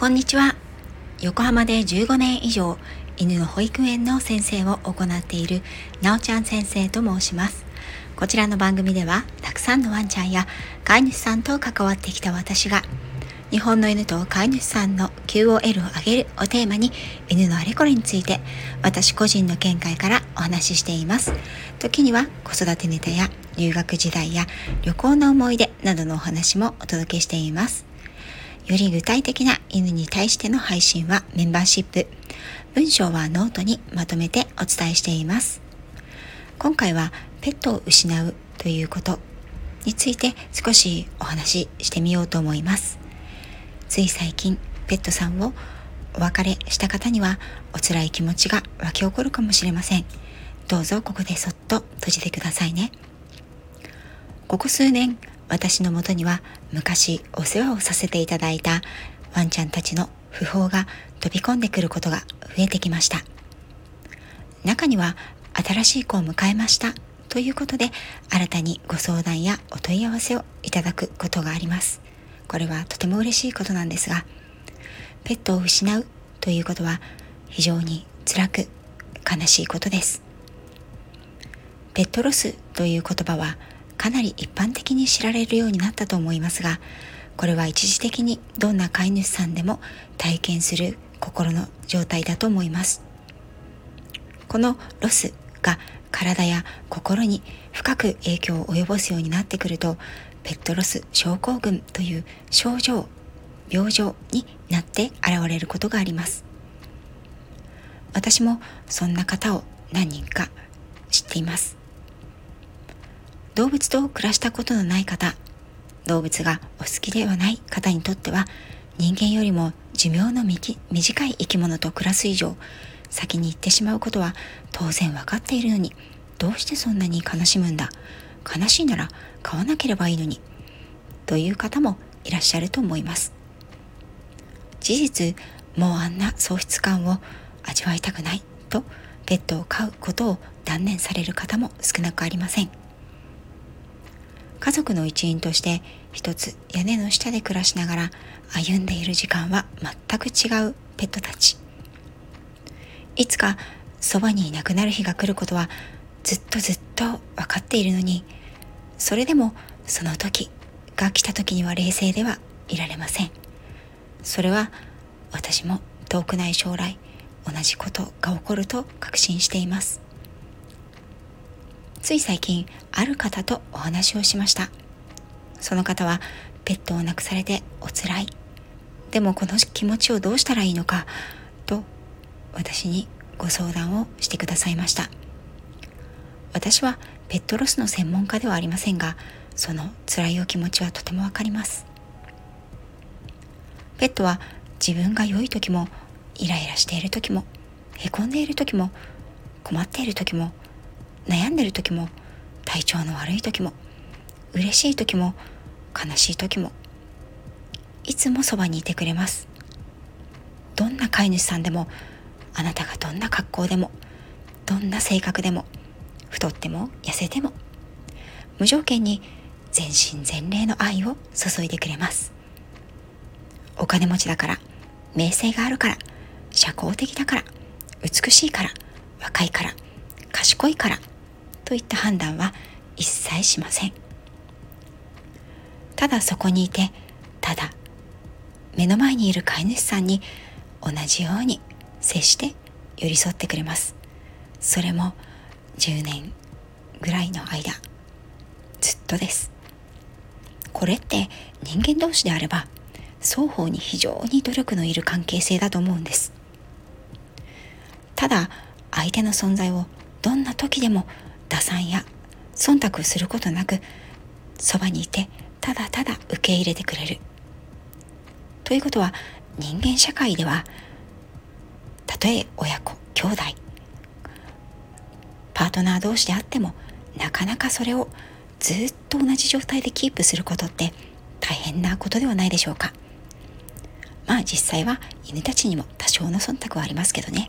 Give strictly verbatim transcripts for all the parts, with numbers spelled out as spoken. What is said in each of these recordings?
こんにちは。横浜でじゅうごねん以上犬の保育園の先生を行っているなおちゃん先生と申します。こちらの番組ではたくさんのワンちゃんや飼い主さんと関わってきた私が日本の犬と飼い主さんの キューオーエル を上げるをテーマに犬のあれこれについて私個人の見解からお話ししています。時には子育てネタや留学時代や旅行の思い出などのお話もお届けしています。より具体的な犬に対しての配信はメンバーシップ、文章はノートにまとめてお伝えしています。今回はペットを失うということについて少しお話ししてみようと思います。つい最近ペットさんをお別れした方にはお辛い気持ちが湧き起こるかもしれません。どうぞここでそっと閉じてくださいね。ここ数年私のもとには昔お世話をさせていただいたワンちゃんたちの訃報が飛び込んでくることが増えてきました。中には新しい子を迎えましたということで新たにご相談やお問い合わせをいただくことがあります。これはとても嬉しいことなんですが、ペットを失うということは非常に辛く悲しいことです。ペットロスという言葉はかなり一般的に知られるようになったと思いますが、これは一時的にどんな飼い主さんでも体験する心の状態だと思います。このロスが体や心に深く影響を及ぼすようになってくると、ペットロス症候群という症状、病状になって現れることがあります。私もそんな方を何人か知っています。動物と暮らしたことのない方、動物がお好きではない方にとっては、人間よりも寿命の短い生き物と暮らす以上、先に行ってしまうことは当然分かっているのに、どうしてそんなに悲しむんだ、悲しいなら飼わなければいいのに、という方もいらっしゃると思います。事実、もうあんな喪失感を味わいたくないと、ペットを飼うことを断念される方も少なくありません。家族の一員として一つ屋根の下で暮らしながら歩んでいる時間は全く違うペットたち。いつかそばにいなくなる日が来ることはずっとずっと分かっているのに、それでもその時が来た時には冷静ではいられません。それは私も遠くない将来同じことが起こると確信しています。つい最近ある方とお話をしました。その方はペットを亡くされておつらい、でもこの気持ちをどうしたらいいのかと私にご相談をしてくださいました。私はペットロスの専門家ではありませんが、その辛いお気持ちはとてもわかります。ペットは自分が良い時もイライラしている時もへこんでいる時も困っている時も悩んでいる時も体調の悪い時も嬉しい時も悲しい時もいつもそばにいてくれます。どんな飼い主さんでも、あなたがどんな格好でもどんな性格でも、太っても痩せても無条件に全身全霊の愛を注いでくれます。お金持ちだから、名声があるから、社交的だから、美しいから、若いから、賢いからといった判断は一切しません。ただそこにいて、ただ目の前にいる飼い主さんに同じように接して寄り添ってくれます。それもじゅうねんぐらいの間、ずっとです。これって人間同士であれば双方に非常に努力のいる関係性だと思うんです。ただ相手の存在をどんな時でも打算や忖度することなくそばにいて、ただただ受け入れてくれるということは、人間社会ではたとえ親子、兄弟、パートナー同士であってもなかなかそれをずっと同じ状態でキープすることって大変なことではないでしょうか。まあ実際は犬たちにも多少の忖度はありますけどね。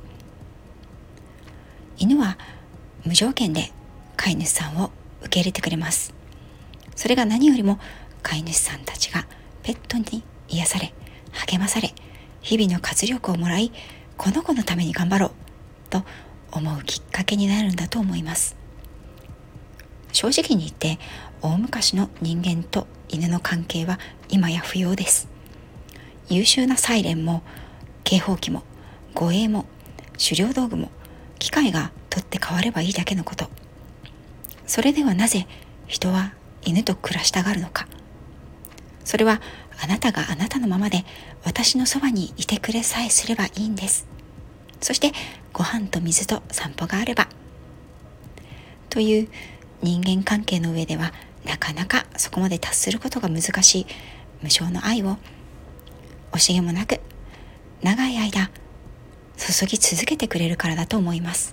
犬は無条件で飼い主さんを受け入れてくれます。それが何よりも飼い主さんたちがペットに癒され励まされ日々の活力をもらい、この子のために頑張ろうと思うきっかけになるんだと思います。正直に言って、大昔の人間と犬の関係は今や不要です。優秀なサイレンも警報器も護衛も狩猟道具も機械が取って変わればいいだけのこと。それではなぜ人は犬と暮らしたがるのか。それはあなたがあなたのままで私のそばにいてくれさえすればいいんです。そしてご飯と水と散歩があればという人間関係の上ではなかなかそこまで達することが難しい無償の愛を惜しげもなく長い間注ぎ続けてくれるからだと思います。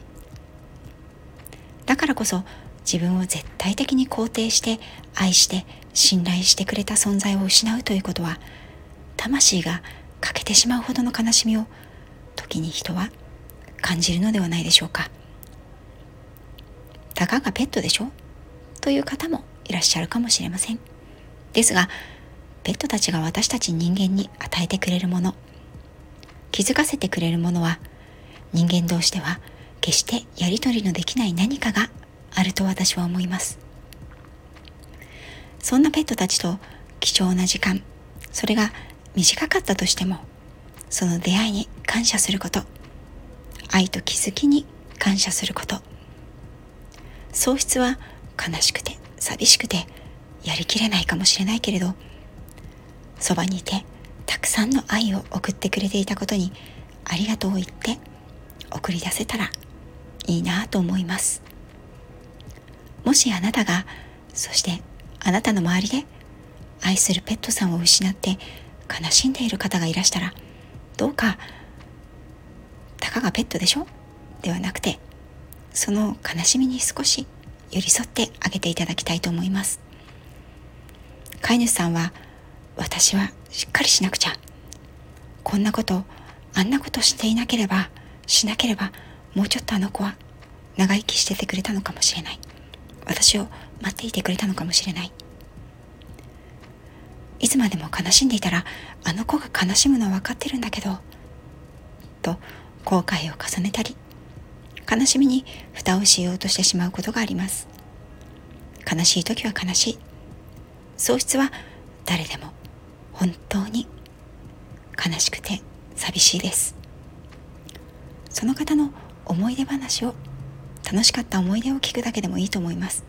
だからこそ自分を絶対的に肯定して愛して信頼してくれた存在を失うということは、魂が欠けてしまうほどの悲しみを時に人は感じるのではないでしょうか。たかがペットでしょという方もいらっしゃるかもしれません。ですが、ペットたちが私たち人間に与えてくれるもの、気づかせてくれるものは、人間同士では決してやり取りのできない何かがあると私は思います。そんなペットたちと貴重な時間、それが短かったとしても、その出会いに感謝すること、愛と気づきに感謝すること。喪失は悲しくて寂しくてやりきれないかもしれないけれど、そばにいてたくさんの愛を送ってくれていたことにありがとうを言って送り出せたらいいなと思います。もしあなたが、そしてあなたの周りで愛するペットさんを失って悲しんでいる方がいらしたら、どうかたかがペットでしょではなくて、その悲しみに少し寄り添ってあげていただきたいと思います。飼い主さんは、私はしっかりしなくちゃ、こんなことあんなことしていなければしなければもうちょっとあの子は長生きしててくれたのかもしれない、私を待っていてくれたのかもしれない、いつまでも悲しんでいたらあの子が悲しむのは分かってるんだけどと後悔を重ねたり、悲しみに蓋をしようとしてしまうことがあります。悲しい時は悲しい。喪失は誰でも本当に悲しくて寂しいです。その方の思い出話を、楽しかった思い出を聞くだけでもいいと思います。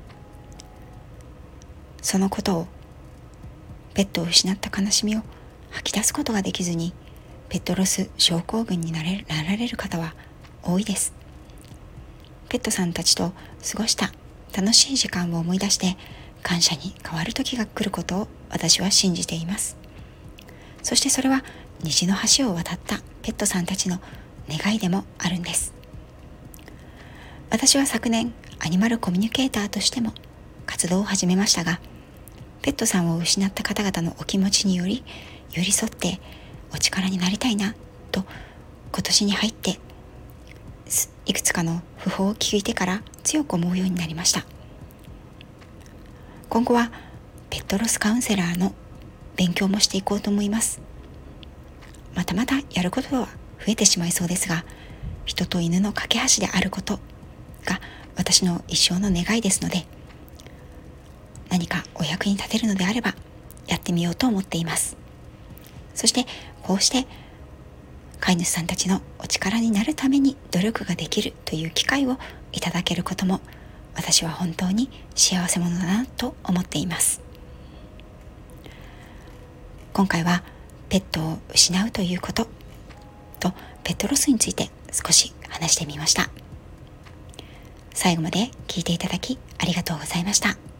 そのことを、ペットを失った悲しみを吐き出すことができずにペットロス症候群になれる、なられる方は多いです。ペットさんたちと過ごした楽しい時間を思い出して感謝に変わる時が来ることを私は信じています。そしてそれは虹の橋を渡ったペットさんたちの願いでもあるんです。私は昨年アニマルコミュニケーターとしても活動を始めましたが、ペットさんを失った方々のお気持ちにより寄り添ってお力になりたいなと、今年に入っていくつかの訃報を聞いてから強く思うようになりました。今後はペットロスカウンセラーの勉強もしていこうと思います。またまたやることは増えてしまいそうですが、人と犬の架け橋であることが私の一生の願いですので、何かお役に立てるのであればやってみようと思っています。そしてこうして飼い主さんたちのお力になるために努力ができるという機会をいただけることも、私は本当に幸せ者だなと思っています。今回はペットを失うということとペットロスについて少し話してみました。最後まで聞いていただきありがとうございました。